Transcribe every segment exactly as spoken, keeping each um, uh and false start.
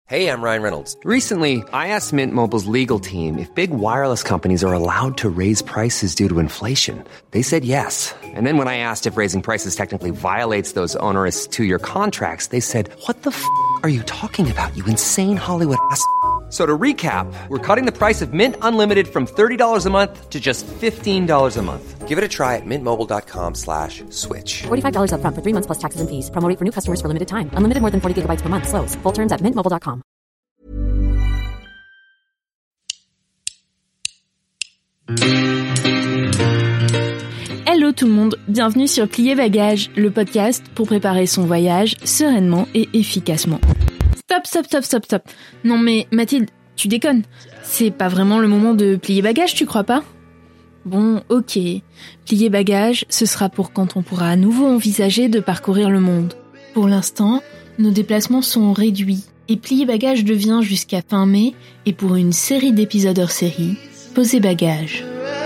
Hey, I'm Ryan Reynolds. Recently, I asked Mint Mobile's legal team if big wireless companies are allowed to raise prices due to inflation. They said yes. And then when I asked if raising prices technically violates those onerous two-year contracts, they said, what the f*** are you talking about, you insane Hollywood ass f- So to recap, we're cutting the price of Mint Unlimited from thirty dollars a month to just fifteen dollars a month. Give it a try at mintmobile.com slash switch. forty-five dollars up front for three months plus taxes and fees. Promo rate for new customers for limited time. Unlimited more than forty gigabytes per month. Slows full terms at mint mobile dot com. Hello tout le monde, bienvenue sur Plier Bagage, le podcast pour préparer son voyage sereinement et efficacement. Stop, stop, stop, stop, stop. Non mais Mathilde, tu déconnes. C'est pas vraiment le moment de plier bagage, tu crois pas ? Bon, ok. Plier bagage, ce sera pour quand on pourra à nouveau envisager de parcourir le monde. Pour l'instant, nos déplacements sont réduits et plier bagage devient jusqu'à fin mai et pour une série d'épisodes hors série, poser bagage.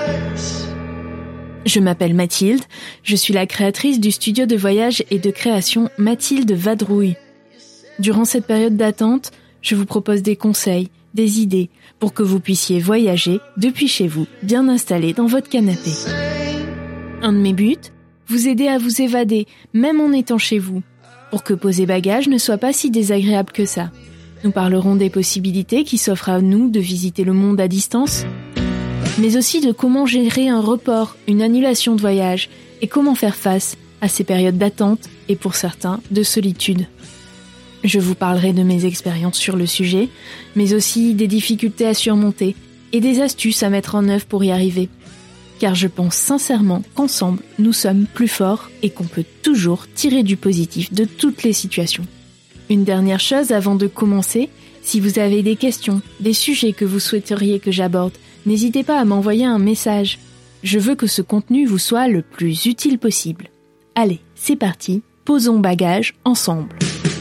Je m'appelle Mathilde, je suis la créatrice du studio de voyage et de création Mathilde Vadrouille. Durant cette période d'attente, je vous propose des conseils, des idées pour que vous puissiez voyager depuis chez vous, bien installé dans votre canapé. Un de mes buts, vous aider à vous évader, même en étant chez vous, pour que poser bagage ne soit pas si désagréable que ça. Nous parlerons des possibilités qui s'offrent à nous de visiter le monde à distance, mais aussi de comment gérer un report, une annulation de voyage, et comment faire face à ces périodes d'attente et pour certains de solitude. Je vous parlerai de mes expériences sur le sujet, mais aussi des difficultés à surmonter et des astuces à mettre en œuvre pour y arriver. Car je pense sincèrement qu'ensemble, nous sommes plus forts et qu'on peut toujours tirer du positif de toutes les situations. Une dernière chose avant de commencer, si vous avez des questions, des sujets que vous souhaiteriez que j'aborde, n'hésitez pas à m'envoyer un message. Je veux que ce contenu vous soit le plus utile possible. Allez, c'est parti, posons bagage ensemble.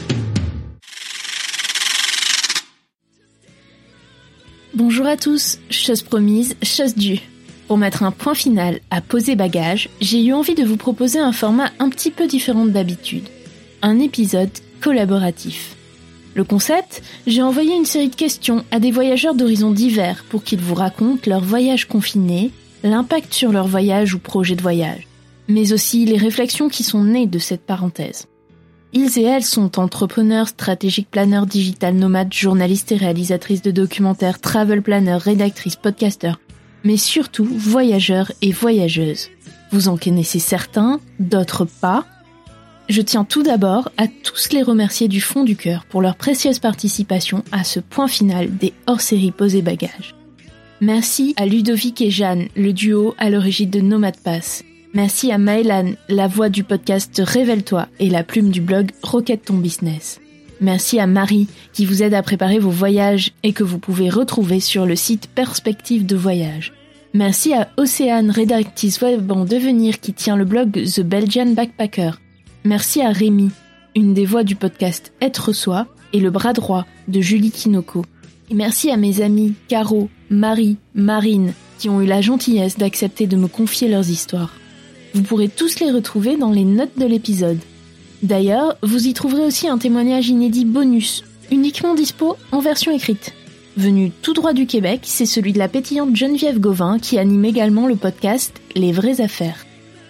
Bonjour à tous, chose promise, chose due. Pour mettre un point final à poser bagage, j'ai eu envie de vous proposer un format un petit peu différent d'habitude. Un épisode collaboratif. Le concept, j'ai envoyé une série de questions à des voyageurs d'horizons divers pour qu'ils vous racontent leur voyage confiné, l'impact sur leur voyage ou projet de voyage, mais aussi les réflexions qui sont nées de cette parenthèse. Ils et elles sont entrepreneurs, stratégiques planneurs, digital nomades, journalistes et réalisatrices de documentaires, travel planners, rédactrices, podcasteurs, mais surtout voyageurs et voyageuses. Vous en connaissez certains, d'autres pas. Je tiens tout d'abord à tous les remercier du fond du cœur pour leur précieuse participation à ce point final des hors-séries Poser Bagage. Merci à Ludovic et Jeanne, le duo à l'origine de Nomad Pass. Merci à Maëlan, la voix du podcast Révèle-toi et la plume du blog Roquette ton business. Merci à Marie qui vous aide à préparer vos voyages et que vous pouvez retrouver sur le site Perspective de voyage. Merci à Océane, rédactrice web en devenir qui tient le blog The Belgian Backpacker. Merci à Rémi, une des voix du podcast Être Soi et le bras droit de Julie Kinoko. Et merci à mes amis Caro, Marie, Marine qui ont eu la gentillesse d'accepter de me confier leurs histoires. Vous pourrez tous les retrouver dans les notes de l'épisode. D'ailleurs, vous y trouverez aussi un témoignage inédit bonus, uniquement dispo en version écrite. Venu tout droit du Québec, c'est celui de la pétillante Geneviève Gauvin qui anime également le podcast Les Vraies Affaires.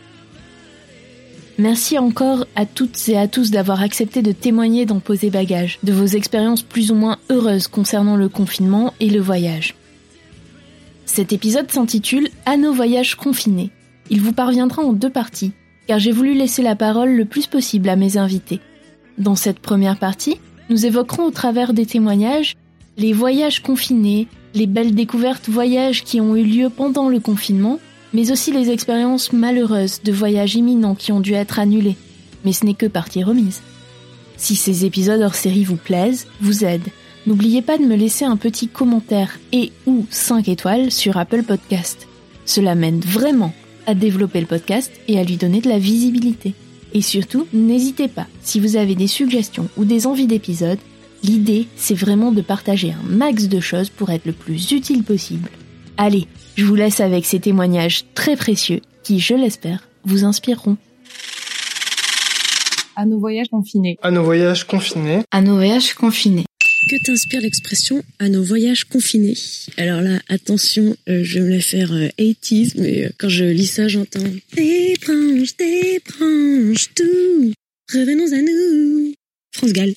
Merci encore à toutes et à tous d'avoir accepté de témoigner dans Poser Bagage, de vos expériences plus ou moins heureuses concernant le confinement et le voyage. Cet épisode s'intitule « À nos voyages confinés ». Il vous parviendra en deux parties, car j'ai voulu laisser la parole le plus possible à mes invités. Dans cette première partie, nous évoquerons au travers des témoignages les voyages confinés, les belles découvertes voyages qui ont eu lieu pendant le confinement, mais aussi les expériences malheureuses de voyages imminents qui ont dû être annulés. Mais ce n'est que partie remise. Si ces épisodes hors série vous plaisent, vous aident, n'oubliez pas de me laisser un petit commentaire et ou cinq étoiles sur Apple Podcast. Cela m'aide vraiment à développer le podcast et à lui donner de la visibilité. Et surtout, n'hésitez pas, si vous avez des suggestions ou des envies d'épisodes, l'idée, c'est vraiment de partager un max de choses pour être le plus utile possible. Allez, je vous laisse avec ces témoignages très précieux qui, je l'espère, vous inspireront. À nos voyages confinés. À nos voyages confinés. À nos voyages confinés. Que t'inspire l'expression « à nos voyages confinés » ? Alors là, attention, euh, je vais me la faire euh, eighties, mais euh, quand je lis ça, j'entends « Débranche, débranche tout, revenons à nous ». France Gall.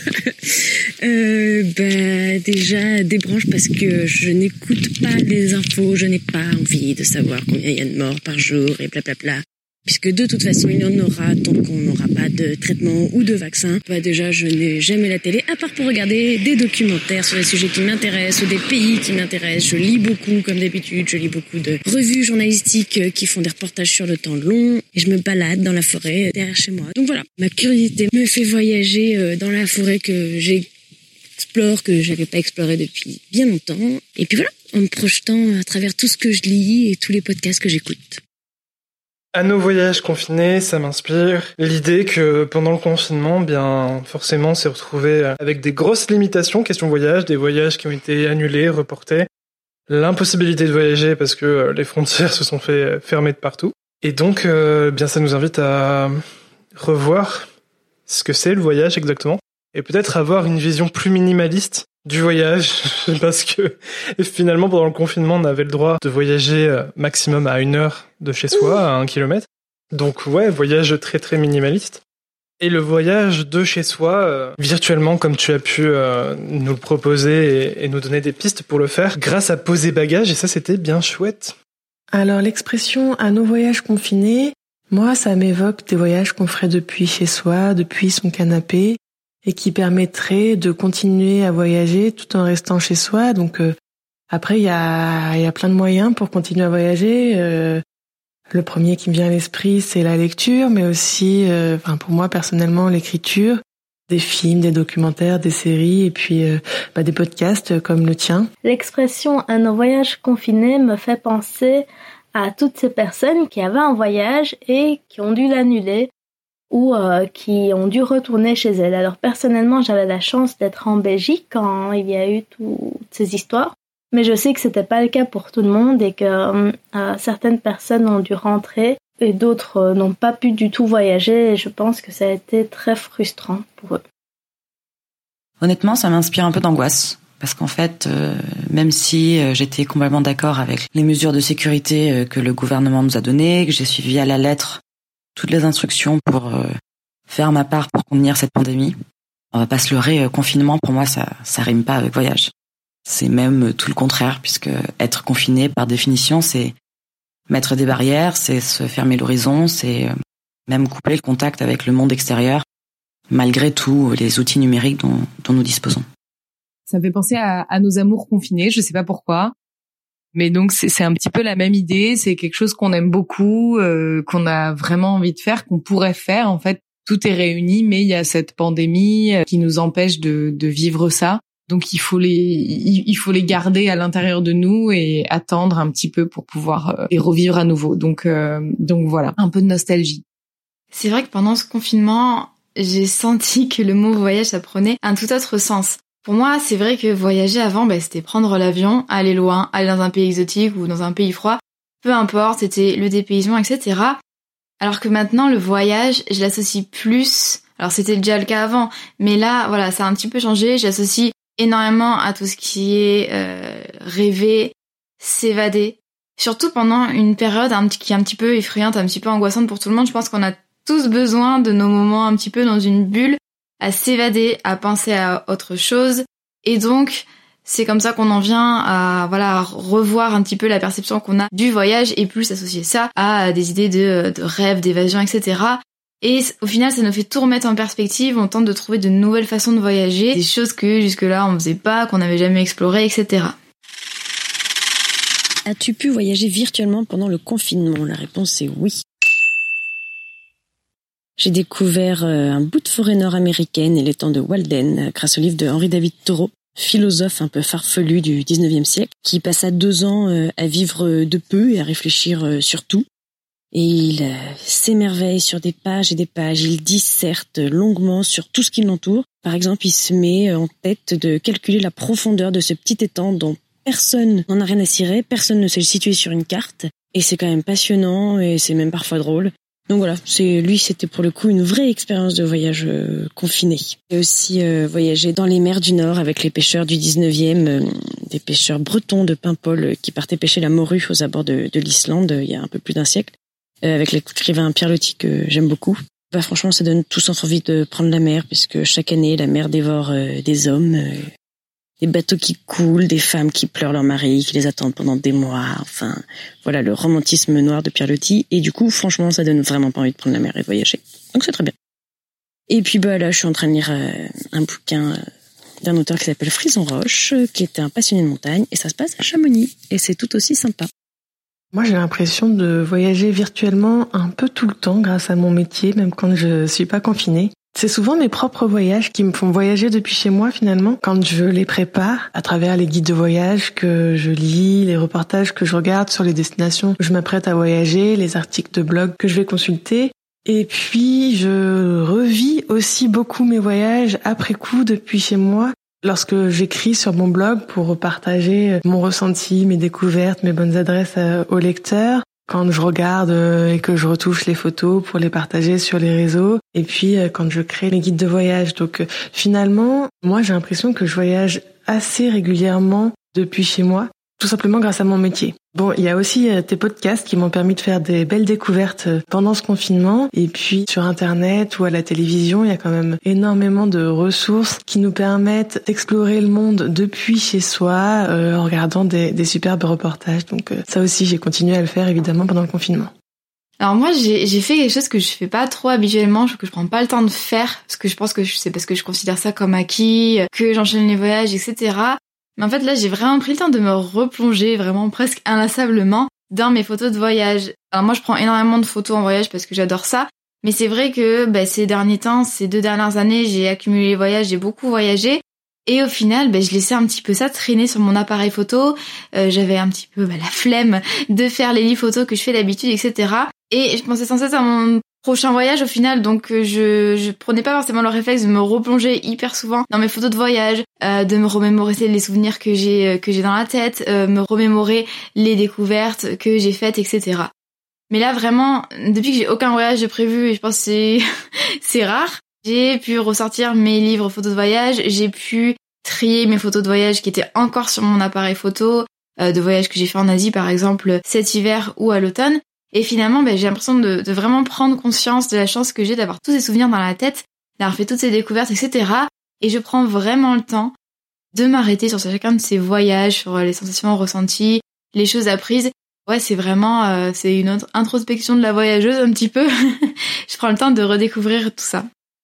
euh, bah, déjà, débranche parce que je n'écoute pas les infos, je n'ai pas envie de savoir combien il y a de morts par jour et blablabla. Puisque de toute façon, il y en aura tant qu'on n'aura pas de traitement ou de vaccin. Bah déjà, je n'ai jamais la télé, à part pour regarder des documentaires sur des sujets qui m'intéressent ou des pays qui m'intéressent. Je lis beaucoup, comme d'habitude, je lis beaucoup de revues journalistiques qui font des reportages sur le temps long. Et je me balade dans la forêt derrière chez moi. Donc voilà, ma curiosité me fait voyager dans la forêt que j'explore, que j'avais pas exploré depuis bien longtemps. Et puis voilà, en me projetant à travers tout ce que je lis et tous les podcasts que j'écoute. À nos voyages confinés, ça m'inspire l'idée que pendant le confinement, bien forcément, on s'est retrouvé avec des grosses limitations, question voyage, des voyages qui ont été annulés, reportés, l'impossibilité de voyager parce que les frontières se sont fait fermer de partout. Et donc, euh, bien, ça nous invite à revoir ce que c'est le voyage exactement, et peut-être avoir une vision plus minimaliste du voyage, parce que finalement pendant le confinement on avait le droit de voyager maximum à une heure de chez soi, à un kilomètre. Donc ouais, voyage très très minimaliste. Et le voyage de chez soi, euh, virtuellement comme tu as pu euh, nous le proposer et, et nous donner des pistes pour le faire, grâce à Poser Bagages, et ça c'était bien chouette. Alors l'expression « à nos voyages confinés », moi ça m'évoque des voyages qu'on ferait depuis chez soi, depuis son canapé, et qui permettrait de continuer à voyager tout en restant chez soi. Donc euh, après, il y a, y a plein de moyens pour continuer à voyager. Euh, le premier qui me vient à l'esprit, c'est la lecture, mais aussi, euh, enfin pour moi personnellement, l'écriture, des films, des documentaires, des séries, et puis euh, bah, des podcasts comme le tien. L'expression « à nos voyages confinés » me fait penser à toutes ces personnes qui avaient un voyage et qui ont dû l'annuler, ou euh, qui ont dû retourner chez elles. Alors personnellement, j'avais la chance d'être en Belgique quand il y a eu toutes ces histoires, mais je sais que c'était pas le cas pour tout le monde et que euh, certaines personnes ont dû rentrer et d'autres euh, n'ont pas pu du tout voyager, et je pense que ça a été très frustrant pour eux. Honnêtement, ça m'inspire un peu d'angoisse. Parce qu'en fait, euh, même si euh, j'étais complètement d'accord avec les mesures de sécurité euh, que le gouvernement nous a données, que j'ai suivi à la lettre toutes les instructions pour euh, faire ma part pour contenir cette pandémie. On va pas se leurrer, euh, confinement pour moi ça ça rime pas avec voyage. C'est même euh, tout le contraire, puisque être confiné par définition c'est mettre des barrières, c'est se fermer l'horizon, c'est euh, même couper le contact avec le monde extérieur, malgré tous les outils numériques dont, dont nous disposons. Ça me fait penser à, à nos amours confinés, je sais pas pourquoi. Mais donc c'est, c'est un petit peu la même idée, c'est quelque chose qu'on aime beaucoup, euh, qu'on a vraiment envie de faire, qu'on pourrait faire. En fait, tout est réuni, mais il y a cette pandémie qui nous empêche de, de vivre ça. Donc il faut les, il, il faut les garder à l'intérieur de nous et attendre un petit peu pour pouvoir euh, les revivre à nouveau. Donc, euh, donc voilà, un peu de nostalgie. C'est vrai que pendant ce confinement, j'ai senti que le mot voyage, ça prenait un tout autre sens. Pour moi, c'est vrai que voyager avant, bah, c'était prendre l'avion, aller loin, aller dans un pays exotique ou dans un pays froid. Peu importe, c'était le dépaysement, et cetera. Alors que maintenant, le voyage, je l'associe plus... Alors c'était déjà le cas avant, mais là, voilà, ça a un petit peu changé. J'associe énormément à tout ce qui est euh, rêver, s'évader. Surtout pendant une période un petit, qui est un petit peu effrayante, un petit peu angoissante pour tout le monde. Je pense qu'on a tous besoin de nos moments un petit peu dans une bulle, à s'évader, à penser à autre chose. Et donc, c'est comme ça qu'on en vient à, voilà, à revoir un petit peu la perception qu'on a du voyage et plus associer ça à des idées de, de rêve, d'évasion, et cetera. Et au final, ça nous fait tout remettre en perspective. On tente de trouver de nouvelles façons de voyager, des choses que jusque-là on faisait pas, qu'on n'avait jamais explorées, et cetera. As-tu pu voyager virtuellement pendant le confinement ? La réponse est oui. J'ai découvert un bout de forêt nord-américaine et l'étang de Walden grâce au livre de Henri David Thoreau, philosophe un peu farfelu du dix-neuvième siècle, qui passa deux ans à vivre de peu et à réfléchir sur tout. Et il s'émerveille sur des pages et des pages, il disserte longuement sur tout ce qui l'entoure. Par exemple, il se met en tête de calculer la profondeur de ce petit étang dont personne n'en a rien à cirer, personne ne sait le situer sur une carte. Et c'est quand même passionnant et c'est même parfois drôle. Donc voilà, c'est lui, c'était pour le coup une vraie expérience de voyage euh, confiné. J'ai aussi euh, voyagé dans les mers du Nord avec les pêcheurs du dix-neuvième, euh, des pêcheurs bretons de Paimpol euh, qui partaient pêcher la morue aux abords de, de l'Islande euh, il y a un peu plus d'un siècle, euh, avec l'écrivain Pierre Loti que j'aime beaucoup. Bah franchement, ça donne tous envie de prendre la mer, puisque chaque année, la mer dévore euh, des hommes, euh, des bateaux qui coulent, des femmes qui pleurent leur mari, qui les attendent pendant des mois. Enfin, voilà le romantisme noir de Pierre Loti. Et du coup, franchement, ça donne vraiment pas envie de prendre la mer et de voyager. Donc c'est très bien. Et puis bah là, je suis en train de lire euh, un bouquin euh, d'un auteur qui s'appelle Frison Roche, euh, qui était un passionné de montagne, et ça se passe à Chamonix. Et c'est tout aussi sympa. Moi, j'ai l'impression de voyager virtuellement un peu tout le temps grâce à mon métier, même quand je suis pas confinée. C'est souvent mes propres voyages qui me font voyager depuis chez moi finalement, quand je les prépare à travers les guides de voyage que je lis, les reportages que je regarde sur les destinations où je m'apprête à voyager, les articles de blog que je vais consulter. Et puis je revis aussi beaucoup mes voyages après coup depuis chez moi, lorsque j'écris sur mon blog pour partager mon ressenti, mes découvertes, mes bonnes adresses aux lecteurs. Quand je regarde et que je retouche les photos pour les partager sur les réseaux, et puis quand je crée mes guides de voyage. Donc finalement, moi j'ai l'impression que je voyage assez régulièrement depuis chez moi, tout simplement grâce à mon métier. Bon, il y a aussi tes podcasts qui m'ont permis de faire des belles découvertes pendant ce confinement. Et puis sur Internet ou à la télévision, il y a quand même énormément de ressources qui nous permettent d'explorer le monde depuis chez soi euh, en regardant des, des superbes reportages. Donc euh, ça aussi, j'ai continué à le faire évidemment pendant le confinement. Alors moi, j'ai, j'ai fait quelque chose que je fais pas trop habituellement, que je prends pas le temps de faire, parce que je pense que c'est parce que je considère ça comme acquis, que j'enchaîne les voyages, et cetera. Mais en fait, là, j'ai vraiment pris le temps de me replonger vraiment presque inlassablement dans mes photos de voyage. Alors moi, je prends énormément de photos en voyage parce que j'adore ça. Mais c'est vrai que bah, ces derniers temps, ces deux dernières années, j'ai accumulé les voyages, j'ai beaucoup voyagé. Et au final, bah, je laissais un petit peu ça traîner sur mon appareil photo. Euh, j'avais un petit peu bah, la flemme de faire les livres photos que je fais d'habitude, et cetera. Et je pensais sans cesse à mon prochain voyage au final, donc je je prenais pas forcément le réflexe de me replonger hyper souvent dans mes photos de voyage, euh, de me remémorer les souvenirs que j'ai que j'ai dans la tête, euh, me remémorer les découvertes que j'ai faites, et cetera. Mais là vraiment, depuis que j'ai aucun voyage de prévu, et je pense que c'est c'est rare, j'ai pu ressortir mes livres photos de voyage, j'ai pu trier mes photos de voyage qui étaient encore sur mon appareil photo, euh, de voyages que j'ai fait en Asie par exemple cet hiver ou à l'automne. Et finalement, ben, j'ai l'impression de, de vraiment prendre conscience de la chance que j'ai d'avoir tous ces souvenirs dans la tête, d'avoir fait toutes ces découvertes, et cetera. Et je prends vraiment le temps de m'arrêter sur chacun de ces voyages, sur les sensations ressenties, les choses apprises. Ouais, c'est vraiment, euh, c'est une autre introspection de la voyageuse un petit peu. Je prends le temps de redécouvrir tout ça.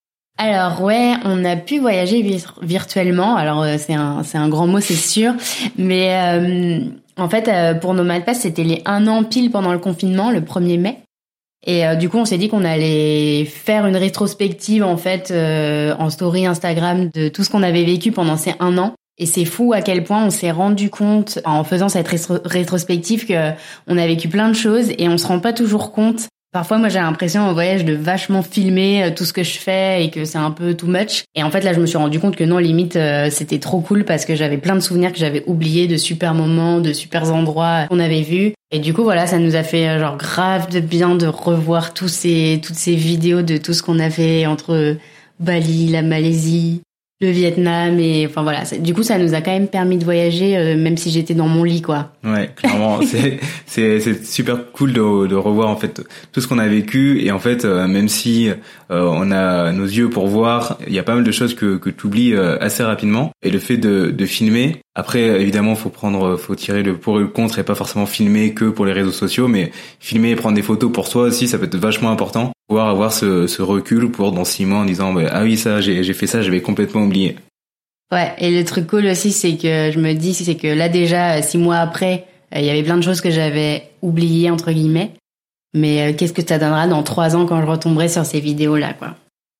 Alors ouais, on a pu voyager vir- virtuellement. Alors euh, c'est un c'est un grand mot, c'est sûr, mais euh, en fait euh, pour Nomad Pass, c'était les un an pile pendant le confinement, le premier mai. Et euh, du coup, on s'est dit qu'on allait faire une rétrospective en fait euh, en story Instagram de tout ce qu'on avait vécu pendant ces un an. Et c'est fou à quel point on s'est rendu compte en faisant cette rétro- rétrospective que on a vécu plein de choses et on se rend pas toujours compte. Parfois, moi, j'ai l'impression en voyage de vachement filmer tout ce que je fais et que c'est un peu too much. Et en fait, là, je me suis rendu compte que non, limite, euh, c'était trop cool parce que j'avais plein de souvenirs que j'avais oubliés, de super moments, de super endroits qu'on avait vus. Et du coup, voilà, ça nous a fait genre grave de bien de revoir tous ces, toutes ces vidéos de tout ce qu'on a fait entre Bali, la Malaisie, le Vietnam et enfin voilà. Du coup, ça nous a quand même permis de voyager, euh, même si j'étais dans mon lit, quoi. Ouais, clairement, c'est c'est c'est super cool de de revoir en fait tout ce qu'on a vécu et en fait euh, même si euh, on a nos yeux pour voir, il y a pas mal de choses que que tu oublies euh, assez rapidement et le fait de de filmer. Après, évidemment, faut prendre, faut tirer le pour et le contre et pas forcément filmer que pour les réseaux sociaux, mais filmer et prendre des photos pour soi aussi, ça peut être vachement important. Pouvoir avoir ce, ce recul pour dans six mois en disant, bah, ah oui, ça, j'ai, j'ai fait ça, j'avais complètement oublié. Ouais. Et le truc cool aussi, c'est que je me dis, c'est que là, déjà, six mois après, il y avait plein de choses que j'avais oubliées, entre guillemets. Mais qu'est-ce que ça donnera dans trois ans quand je retomberai sur ces vidéos-là, quoi.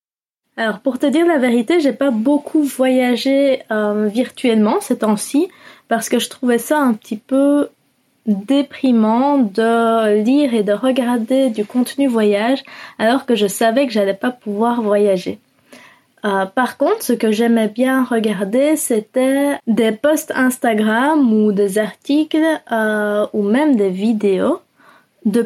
Alors pour te dire la vérité, j'ai pas beaucoup voyagé euh, virtuellement ces temps-ci parce que je trouvais ça un petit peu déprimant de lire et de regarder du contenu voyage alors que je savais que j'allais pas pouvoir voyager. Euh, par contre, ce que j'aimais bien regarder, c'était des posts Instagram ou des articles euh, ou même des vidéos de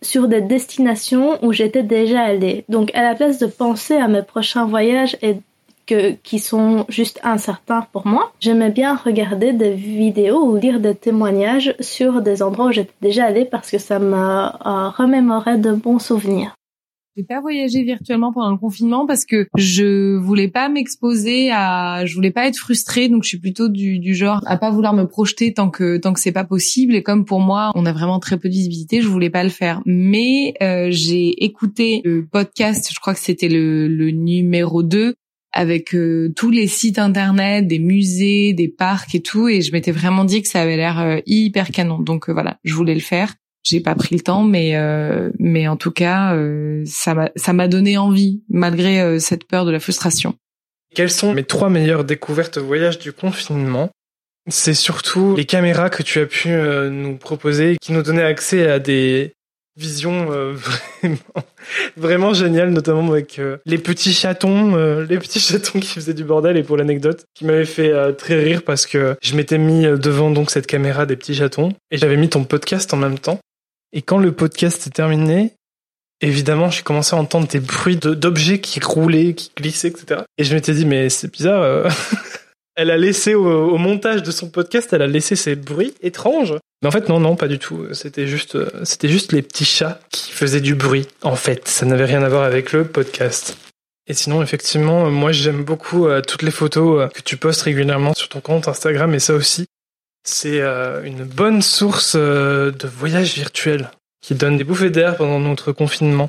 sur des destinations où j'étais déjà allée. Donc à la place de penser à mes prochains voyages et que, qui sont juste incertains pour moi, j'aimais bien regarder des vidéos ou lire des témoignages sur des endroits où j'étais déjà allée parce que ça me euh, remémorait de bons souvenirs. J'ai pas voyagé virtuellement pendant le confinement parce que je voulais pas m'exposer à, je voulais pas être frustrée, donc je suis plutôt du, du genre à pas vouloir me projeter tant que tant que c'est pas possible. Et comme pour moi, on a vraiment très peu de visibilité, je voulais pas le faire. Mais euh, j'ai écouté le podcast, je crois que c'était le, le numéro deux, avec euh, tous les sites internet, des musées, des parcs et tout, et je m'étais vraiment dit que ça avait l'air euh, hyper canon. Donc euh, voilà, je voulais le faire. J'ai pas pris le temps, mais euh, mais en tout cas, euh, ça m'a ça m'a donné envie malgré euh, cette peur de la frustration. Quelles sont mes trois meilleures découvertes voyage du confinement ? C'est surtout les caméras que tu as pu euh, nous proposer, qui nous donnaient accès à des visions euh, vraiment vraiment géniales, notamment avec euh, les petits chatons, euh, les petits chatons qui faisaient du bordel. Et pour l'anecdote, qui m'avait fait euh, très rire parce que je m'étais mis devant donc cette caméra des petits chatons et j'avais mis ton podcast en même temps. Et quand le podcast est terminé, évidemment, j'ai commencé à entendre des bruits de, d'objets qui roulaient, qui glissaient, et cetera. Et je m'étais dit, mais c'est bizarre. Euh... elle a laissé au, au montage de son podcast, elle a laissé ces bruits étranges. Mais en fait, non, non, pas du tout. C'était juste, c'était juste les petits chats qui faisaient du bruit. En fait, ça n'avait rien à voir avec le podcast. Et sinon, effectivement, moi, j'aime beaucoup euh, toutes les photos euh, que tu postes régulièrement sur ton compte Instagram, et ça aussi. C'est euh, une bonne source euh, de voyage virtuel qui donne des bouffées d'air pendant notre confinement.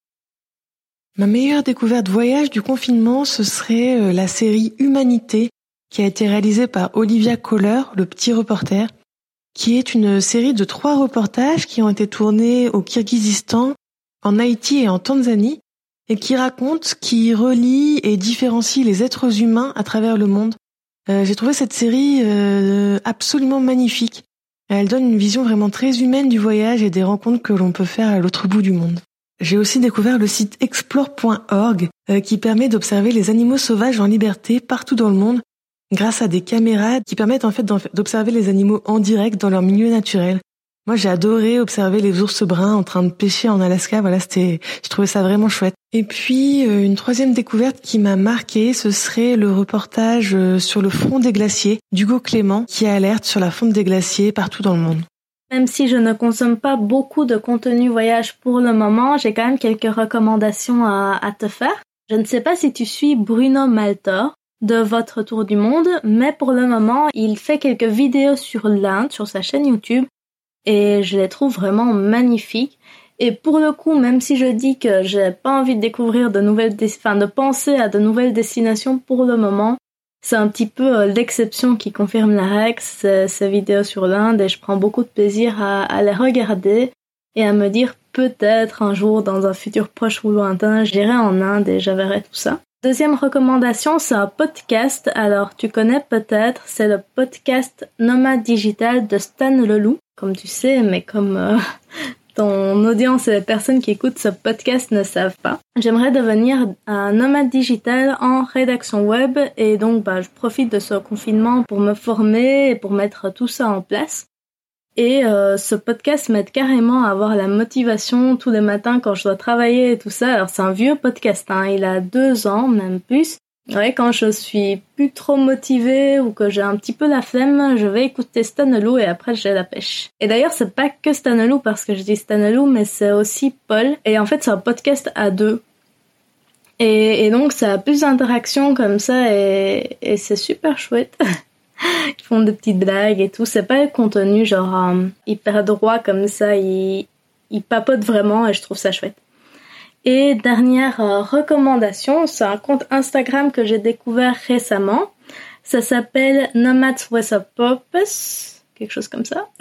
Ma meilleure découverte voyage du confinement, ce serait euh, la série Humanité, qui a été réalisée par Olivia Kohler, le petit reporter, qui est une série de trois reportages qui ont été tournés au Kirghizistan, en Haïti et en Tanzanie, et qui racontent, qui relient et différencient les êtres humains à travers le monde. Euh, j'ai trouvé cette série euh, absolument magnifique. Elle donne une vision vraiment très humaine du voyage et des rencontres que l'on peut faire à l'autre bout du monde. J'ai aussi découvert le site explore point org euh, qui permet d'observer les animaux sauvages en liberté partout dans le monde grâce à des caméras qui permettent en fait d'observer les animaux en direct dans leur milieu naturel. Moi, j'ai adoré observer les ours bruns en train de pêcher en Alaska. Voilà, c'était, je trouvais ça vraiment chouette. Et puis, euh, une troisième découverte qui m'a marquée, ce serait le reportage euh, sur le front des glaciers d'Hugo Clément, qui alerte sur la fonte des glaciers partout dans le monde. Même si je ne consomme pas beaucoup de contenu voyage pour le moment, j'ai quand même quelques recommandations à, à te faire. Je ne sais pas si tu suis Bruno Maltor de Votre Tour du Monde, mais pour le moment, il fait quelques vidéos sur l'Inde, sur sa chaîne YouTube, et je les trouve vraiment magnifiques. Et pour le coup, même si je dis que j'ai pas envie de découvrir de nouvelles, des... enfin de penser à de nouvelles destinations pour le moment, c'est un petit peu euh, l'exception qui confirme la règle, ces, ces vidéos sur l'Inde, et je prends beaucoup de plaisir à, à les regarder et à me dire peut-être un jour dans un futur proche ou lointain, j'irai en Inde et je verrai tout ça. Deuxième recommandation, c'est un podcast. Alors, tu connais peut-être, c'est le podcast Nomade Digital de Stan Leloup, comme tu sais, mais comme euh, ton audience et les personnes qui écoutent ce podcast ne savent pas. J'aimerais devenir un nomade digital en rédaction web et donc bah, je profite de ce confinement pour me former et pour mettre tout ça en place. Et euh, ce podcast m'aide carrément à avoir la motivation tous les matins quand je dois travailler et tout ça. Alors c'est un vieux podcast, hein, il a deux ans, même plus. Ouais, quand je suis plus trop motivée ou que j'ai un petit peu la flemme, je vais écouter Stan Leloup et après j'ai la pêche. Et d'ailleurs, c'est pas que Stan Leloup parce que je dis Stan Leloup, mais c'est aussi Paul. Et en fait, c'est un podcast à deux. Et, et donc, ça a plus d'interactions comme ça et, et c'est super chouette. Ils font des petites blagues et tout. C'est pas le contenu genre euh, hyper droit comme ça. Ils, ils papotent vraiment et je trouve ça chouette. Et dernière euh, recommandation, c'est un compte Instagram que j'ai découvert récemment. Ça s'appelle Nomads with a Purpose, quelque chose comme ça.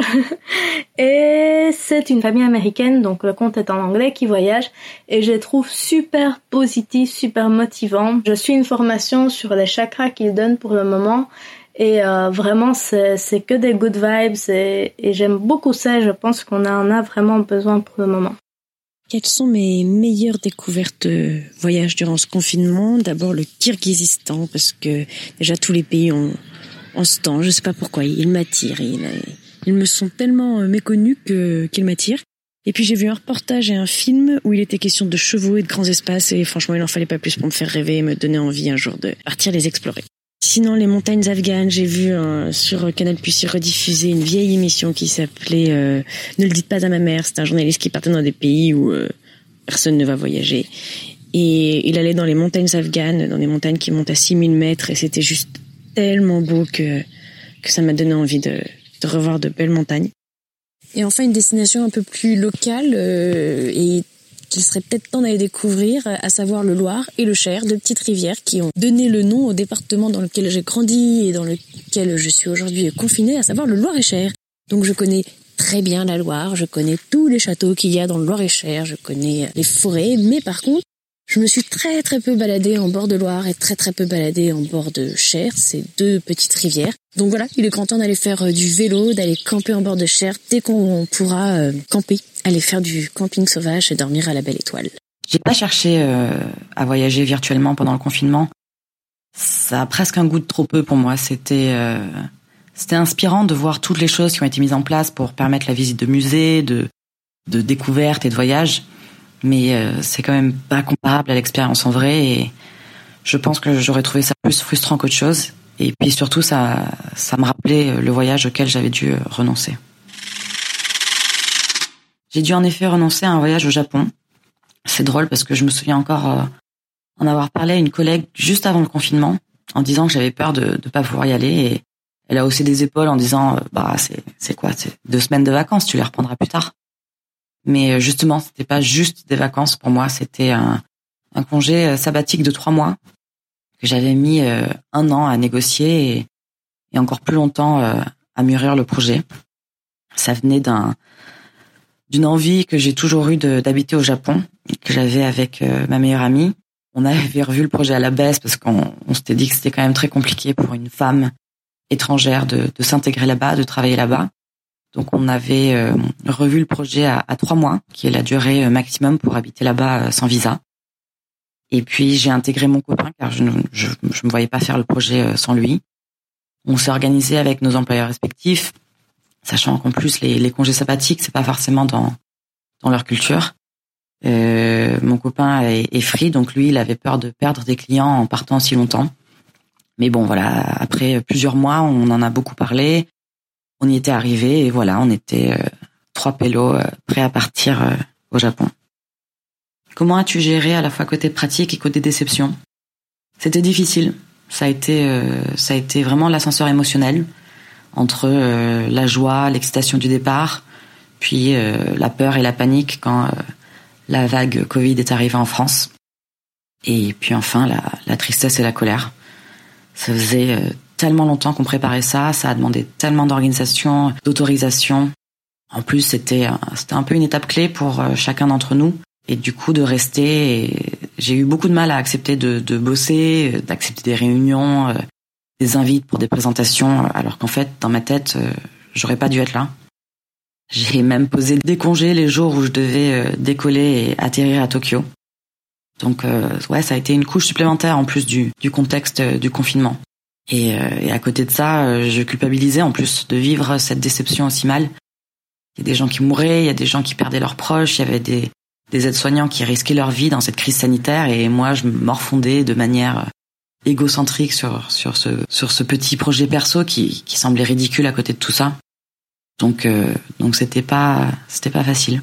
Et c'est une famille américaine, donc le compte est en anglais, qui voyage. Et je les trouve super positifs, super motivants. Je suis une formation sur les chakras qu'ils donnent pour le moment. Et euh, vraiment, c'est, c'est que des good vibes et, et j'aime beaucoup ça. Et je pense qu'on en a vraiment besoin pour le moment. Quelles sont mes meilleures découvertes de voyage durant ce confinement ? D'abord le Kirghizistan, parce que déjà tous les pays ont, ont ce temps. Je sais pas pourquoi, ils m'attirent. Ils, ils me sont tellement méconnus que, qu'ils m'attirent. Et puis j'ai vu un reportage et un film où il était question de chevaux et de grands espaces et franchement il n'en fallait pas plus pour me faire rêver et me donner envie un jour de partir les explorer. Sinon les montagnes afghanes, j'ai vu euh, sur Canal Plus rediffuser une vieille émission qui s'appelait euh, Ne le dites pas à ma mère. C'est un journaliste qui partait dans des pays où euh, personne ne va voyager. Et il allait dans les montagnes afghanes, dans des montagnes qui montent à six mille mètres et c'était juste tellement beau que, que ça m'a donné envie de, de revoir de belles montagnes. Et enfin, une destination un peu plus locale euh, et qu'il serait peut-être temps d'aller découvrir, à savoir le Loir et le Cher, deux petites rivières qui ont donné le nom au département dans lequel j'ai grandi et dans lequel je suis aujourd'hui confinée, à savoir le Loir-et-Cher. Donc je connais très bien la Loire, je connais tous les châteaux qu'il y a dans le Loir-et-Cher, je connais les forêts, mais par contre, je me suis très très peu baladée en bord de Loire et très très peu baladée en bord de Cher, ces deux petites rivières. Donc voilà, il est grand temps d'aller faire du vélo, d'aller camper en bord de Cher dès qu'on pourra euh, camper, aller faire du camping sauvage et dormir à la belle étoile. J'ai pas cherché euh, à voyager virtuellement pendant le confinement. Ça a presque un goût de trop peu pour moi. C'était euh, c'était inspirant de voir toutes les choses qui ont été mises en place pour permettre la visite de musées, de de découvertes et de voyages. Mais euh, c'est quand même pas comparable à l'expérience en vrai et je pense que j'aurais trouvé ça plus frustrant qu'autre chose. Et puis surtout, ça, ça me rappelait le voyage auquel j'avais dû renoncer. J'ai dû en effet renoncer à un voyage au Japon. C'est drôle parce que je me souviens encore euh, en avoir parlé à une collègue juste avant le confinement en disant que j'avais peur de ne pas pouvoir y aller. Et elle a haussé des épaules en disant euh, bah c'est c'est quoi, c'est deux semaines de vacances, tu les reprendras plus tard. Mais justement, c'était pas juste des vacances pour moi, c'était un, un congé sabbatique de trois mois que j'avais mis euh, un an à négocier et, et encore plus longtemps euh, à mûrir le projet. Ça venait d'un d'une envie que j'ai toujours eue de, d'habiter au Japon, que j'avais avec euh, ma meilleure amie. On avait revu le projet à la baisse parce qu'on on s'était dit que c'était quand même très compliqué pour une femme étrangère de, de s'intégrer là-bas, de travailler là-bas. Donc on avait euh, revu le projet à, à trois mois, qui est la durée maximum pour habiter là-bas euh, sans visa. Et puis j'ai intégré mon copain car je ne je, je me voyais pas faire le projet euh, sans lui. On s'est organisé avec nos employeurs respectifs, sachant qu'en plus les, les congés sabbatiques c'est pas forcément dans dans leur culture. Euh, mon copain est, est free, donc lui il avait peur de perdre des clients en partant si longtemps. Mais bon voilà, après plusieurs mois on en a beaucoup parlé. On y était arrivé et voilà, on était euh, trois pélos euh, prêts à partir euh, au Japon. Comment as-tu géré à la fois côté pratique et côté déception ? C'était difficile. Ça a été, euh, ça a été vraiment l'ascenseur émotionnel entre euh, la joie, l'excitation du départ, puis euh, la peur et la panique quand euh, la vague Covid est arrivée en France. Et puis enfin la, la tristesse et la colère. Ça faisait euh, tellement longtemps qu'on préparait ça, ça a demandé tellement d'organisation, d'autorisation. En plus, c'était c'était un peu une étape clé pour chacun d'entre nous. Et du coup, de rester, et j'ai eu beaucoup de mal à accepter de, de bosser, d'accepter des réunions, des invites pour des présentations, alors qu'en fait, dans ma tête, j'aurais pas dû être là. J'ai même posé des congés les jours où je devais décoller et atterrir à Tokyo. Donc, ouais, ça a été une couche supplémentaire en plus du, du contexte du confinement. Et, euh, et à côté de ça, euh, je culpabilisais en plus de vivre cette déception aussi mal. Il y a des gens qui mouraient, il y a des gens qui perdaient leurs proches, il y avait des, des aides-soignants qui risquaient leur vie dans cette crise sanitaire et moi je me morfondais de manière égocentrique sur sur ce sur ce petit projet perso qui qui semblait ridicule à côté de tout ça. Donc euh, donc c'était pas c'était pas facile.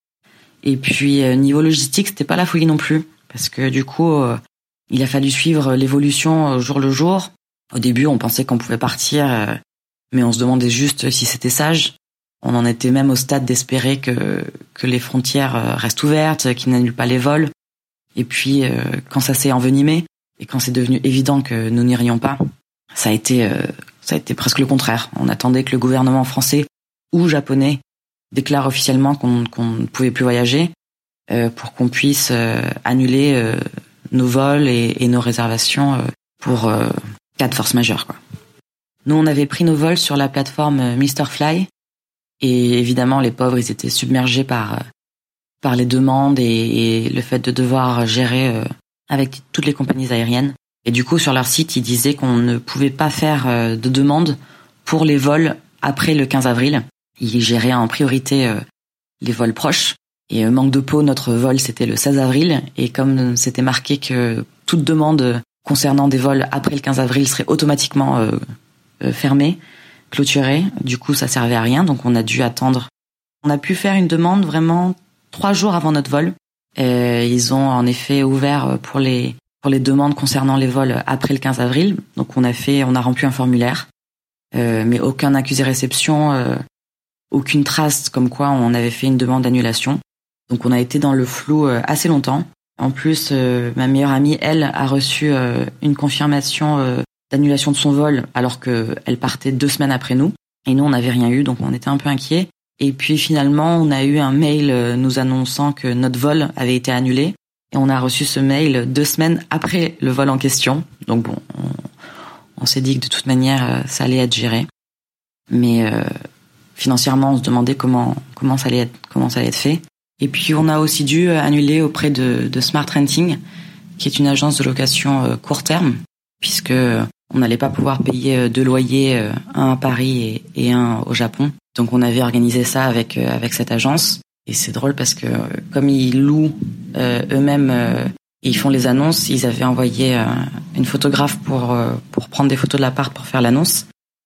Et puis euh, niveau logistique, c'était pas la folie non plus parce que du coup euh, il a fallu suivre l'évolution au jour le jour. Au début, on pensait qu'on pouvait partir, euh, mais on se demandait juste si c'était sage. On en était même au stade d'espérer que que les frontières restent ouvertes, qu'ils n'annulent pas les vols. Et puis, euh, quand ça s'est envenimé et quand c'est devenu évident que nous n'irions pas, ça a été euh, ça a été presque le contraire. On attendait que le gouvernement français ou japonais déclare officiellement qu'on qu'on ne pouvait plus voyager euh, pour qu'on puisse euh, annuler euh, nos vols et, et nos réservations euh, pour euh, cas de force majeure, quoi. Nous, on avait pris nos vols sur la plateforme Mister Fly et évidemment, les pauvres, ils étaient submergés par par les demandes et, et le fait de devoir gérer euh, avec toutes les compagnies aériennes. Et du coup, sur leur site, ils disaient qu'on ne pouvait pas faire euh, de demande pour les vols après le quinze avril. Ils géraient en priorité euh, les vols proches. Et euh, manque de peau, notre vol c'était le seize avril, et comme c'était marqué que toute demande concernant des vols après le quinze avril serait automatiquement euh, euh, fermée, clôturée, du coup ça servait à rien, donc on a dû attendre. On a pu faire une demande vraiment trois jours avant notre vol. Euh, ils ont en effet ouvert pour les pour les demandes concernant les vols après le quinze avril, donc on a fait, on a rempli un formulaire, euh, mais aucun accusé réception, euh, aucune trace comme quoi on avait fait une demande d'annulation. Donc on a été dans le flou euh, assez longtemps. En plus, euh, ma meilleure amie, elle, a reçu euh, une confirmation euh, d'annulation de son vol alors qu'elle partait deux semaines après nous. Et nous, on n'avait rien eu, donc on était un peu inquiets. Et puis finalement, on a eu un mail euh, nous annonçant que notre vol avait été annulé. Et on a reçu ce mail deux semaines après le vol en question. Donc bon, on, on s'est dit que de toute manière, euh, ça allait être géré. Mais euh, financièrement, on se demandait comment comment ça allait être, comment ça allait être fait. Et puis on a aussi dû annuler auprès de, de Smart Renting, qui est une agence de location court terme, puisque on n'allait pas pouvoir payer deux loyers, un à Paris et, et un au Japon. Donc on avait organisé ça avec avec cette agence. Et c'est drôle parce que comme ils louent euh, eux-mêmes euh, et ils font les annonces, ils avaient envoyé euh, une photographe pour euh, pour prendre des photos de l'appart pour faire l'annonce.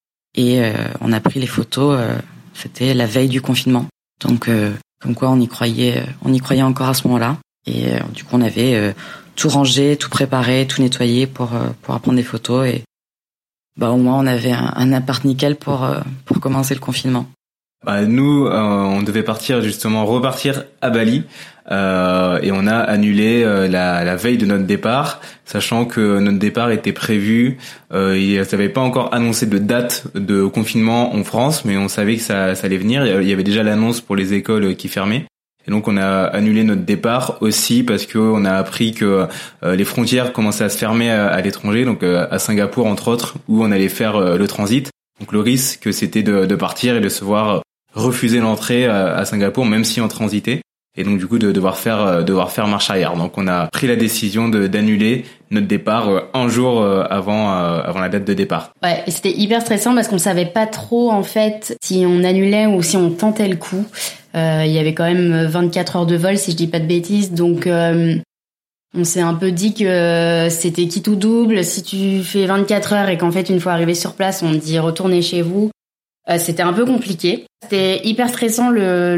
Et euh, on a pris les photos. Euh, c'était la veille du confinement. Donc euh, Comme quoi on y croyait, on y croyait encore à ce moment-là. Et euh, du coup on avait euh, tout rangé, tout préparé, tout nettoyé pour euh, pour prendre des photos. Et bah au moins on avait un, un appart nickel pour euh, pour commencer le confinement. Bah, nous, euh, on devait partir justement repartir à Bali euh, et on a annulé euh, la, la veille de notre départ, sachant que notre départ était prévu. Euh, ils n'avaient pas encore annoncé de date de confinement en France, mais on savait que ça, ça allait venir. Il y avait déjà l'annonce pour les écoles qui fermaient. Et donc on a annulé notre départ aussi parce que on a appris que euh, les frontières commençaient à se fermer à, à l'étranger, donc euh, à Singapour entre autres, où on allait faire euh, le transit. Donc le risque c'était de, de partir et de se voir refuser l'entrée à, à Singapour, même si on transitait. Et donc du coup de devoir faire euh, devoir faire marche arrière. Donc on a pris la décision de d'annuler notre départ euh, un jour euh, avant euh, avant la date de départ. Ouais, et c'était hyper stressant parce qu'on savait pas trop en fait si on annulait ou si on tentait le coup. Euh, il y avait quand même vingt-quatre heures de vol si je dis pas de bêtises, donc euh, on s'est un peu dit que c'était quitte ou double. Si tu fais vingt-quatre heures et qu'en fait une fois arrivé sur place on te dit retournez chez vous, euh, c'était un peu compliqué. C'était hyper stressant le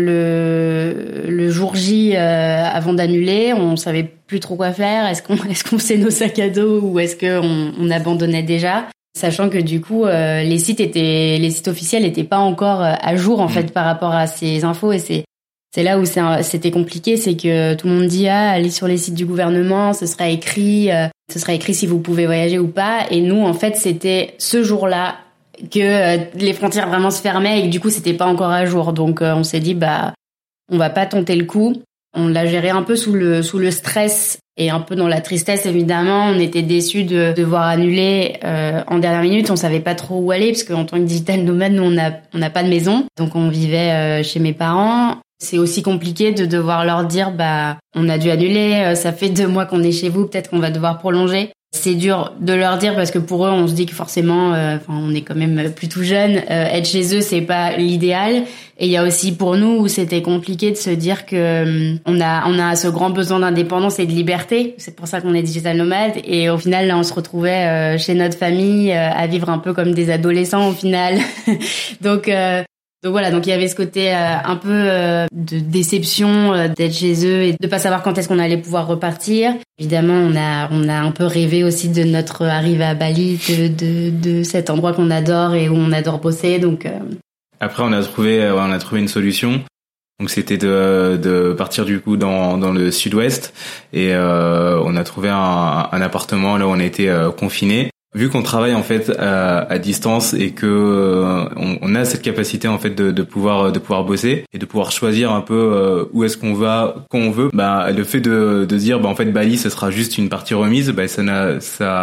le, le jour J euh, avant d'annuler. On savait plus trop quoi faire. Est-ce qu'on est-ce qu'on faisait nos sacs à dos ou est-ce qu'on on abandonnait déjà? Sachant que du coup euh, les sites étaient les sites officiels étaient pas encore à jour en fait par rapport à ces infos, et c'est c'est là où c'est, c'était compliqué, c'est que tout le monde dit ah allez sur les sites du gouvernement, ce sera écrit euh, ce sera écrit si vous pouvez voyager ou pas, et nous en fait c'était ce jour-là que euh, les frontières vraiment se fermaient et que du coup c'était pas encore à jour, donc euh, on s'est dit bah on va pas tenter le coup. On l'a géré un peu sous le sous le stress et un peu dans la tristesse évidemment. On était déçus de devoir annuler euh, en dernière minute. On savait pas trop où aller parce qu'en tant que digital nomade, nous on a on n'a pas de maison, donc on vivait euh, chez mes parents. C'est aussi compliqué de devoir leur dire bah on a dû annuler. Euh, ça fait deux mois qu'on est chez vous, peut-être qu'on va devoir prolonger. C'est dur de leur dire parce que pour eux, on se dit que forcément, euh, enfin, on est quand même plutôt jeunes. Euh, être chez eux, c'est pas l'idéal. Et il y a aussi pour nous où c'était compliqué de se dire que euh, on a on a ce grand besoin d'indépendance et de liberté. C'est pour ça qu'on est digital nomade. Et au final, là, on se retrouvait euh, chez notre famille euh, à vivre un peu comme des adolescents au final. donc euh, Donc voilà, donc il y avait ce côté euh, un peu euh, de déception euh, d'être chez eux et de pas savoir quand est-ce qu'on allait pouvoir repartir. Évidemment, on a on a un peu rêvé aussi de notre arrivée à Bali, de de, de cet endroit qu'on adore et où on adore bosser. Donc euh... après, on a trouvé on a trouvé une solution. Donc c'était de de partir du coup dans dans le sud-ouest et euh, on a trouvé un, un appartement là où on était euh, confinés. Vu qu'on travaille en fait à, à distance et que euh, on, on a cette capacité en fait de, de pouvoir de pouvoir bosser et de pouvoir choisir un peu euh, où est-ce qu'on va quand on veut, bah le fait de de dire bah en fait Bali ce sera juste une partie remise, bah ça n'a ça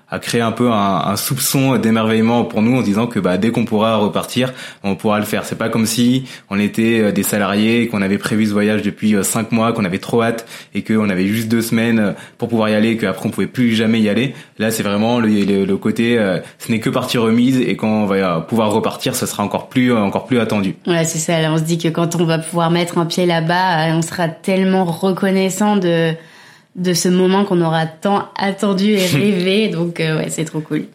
a créé un peu un, un soupçon d'émerveillement pour nous en disant que bah dès qu'on pourra repartir, on pourra le faire. C'est pas comme si on était des salariés, qu'on avait prévu ce voyage depuis cinq mois, qu'on avait trop hâte et qu'on avait juste deux semaines pour pouvoir y aller, qu'après on pouvait plus jamais y aller. Là, c'est vraiment le, le, le côté, euh, ce n'est que partie remise et quand on va pouvoir repartir, ça sera encore plus, encore plus attendu. Ouais, c'est ça. Là, on se dit que quand on va pouvoir mettre un pied là-bas, on sera tellement reconnaissant de de ce moment qu'on aura tant attendu et rêvé. Donc euh, ouais, c'est trop cool.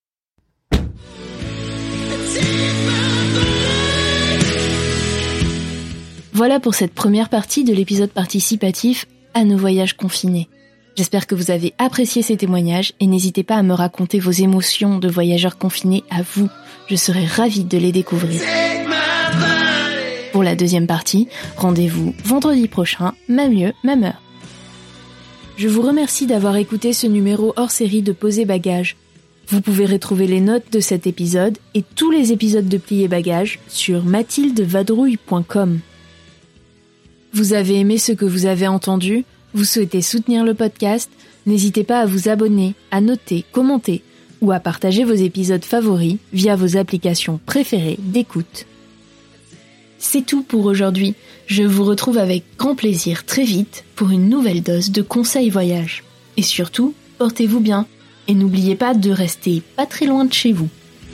Voilà pour cette première partie de l'épisode participatif à nos voyages confinés. J'espère que vous avez apprécié ces témoignages et n'hésitez pas à me raconter vos émotions de voyageurs confinés à vous. Je serai ravie de les découvrir. Pour la deuxième partie, rendez-vous vendredi prochain, même lieu, même heure. Je vous remercie d'avoir écouté ce numéro hors série de Poser Bagages. Vous pouvez retrouver les notes de cet épisode et tous les épisodes de Plier Bagages sur mathilde vadrouille point com. Vous avez aimé ce que vous avez entendu ? Vous souhaitez soutenir le podcast ? N'hésitez pas à vous abonner, à noter, commenter ou à partager vos épisodes favoris via vos applications préférées d'écoute. C'est tout pour aujourd'hui. Je vous retrouve avec grand plaisir très vite pour une nouvelle dose de conseils voyage. Et surtout, portez-vous bien et n'oubliez pas de rester pas très loin de chez vous.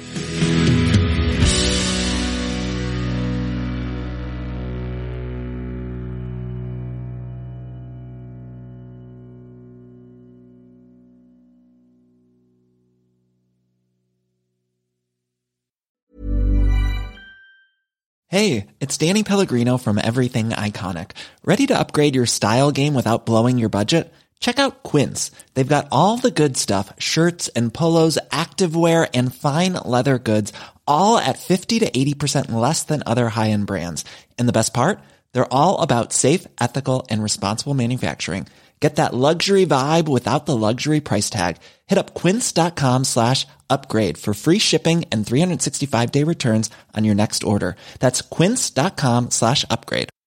Hey, it's Danny Pellegrino from Everything Iconic. Ready to upgrade your style game without blowing your budget? Check out Quince. They've got all the good stuff, shirts and polos, activewear, and fine leather goods, all at fifty to eighty percent less than other high-end brands. And the best part? They're all about safe, ethical, and responsible manufacturing. Get that luxury vibe without the luxury price tag. Hit up quince.com slash upgrade for free shipping and three sixty-five day returns on your next order. That's quince.com slash upgrade.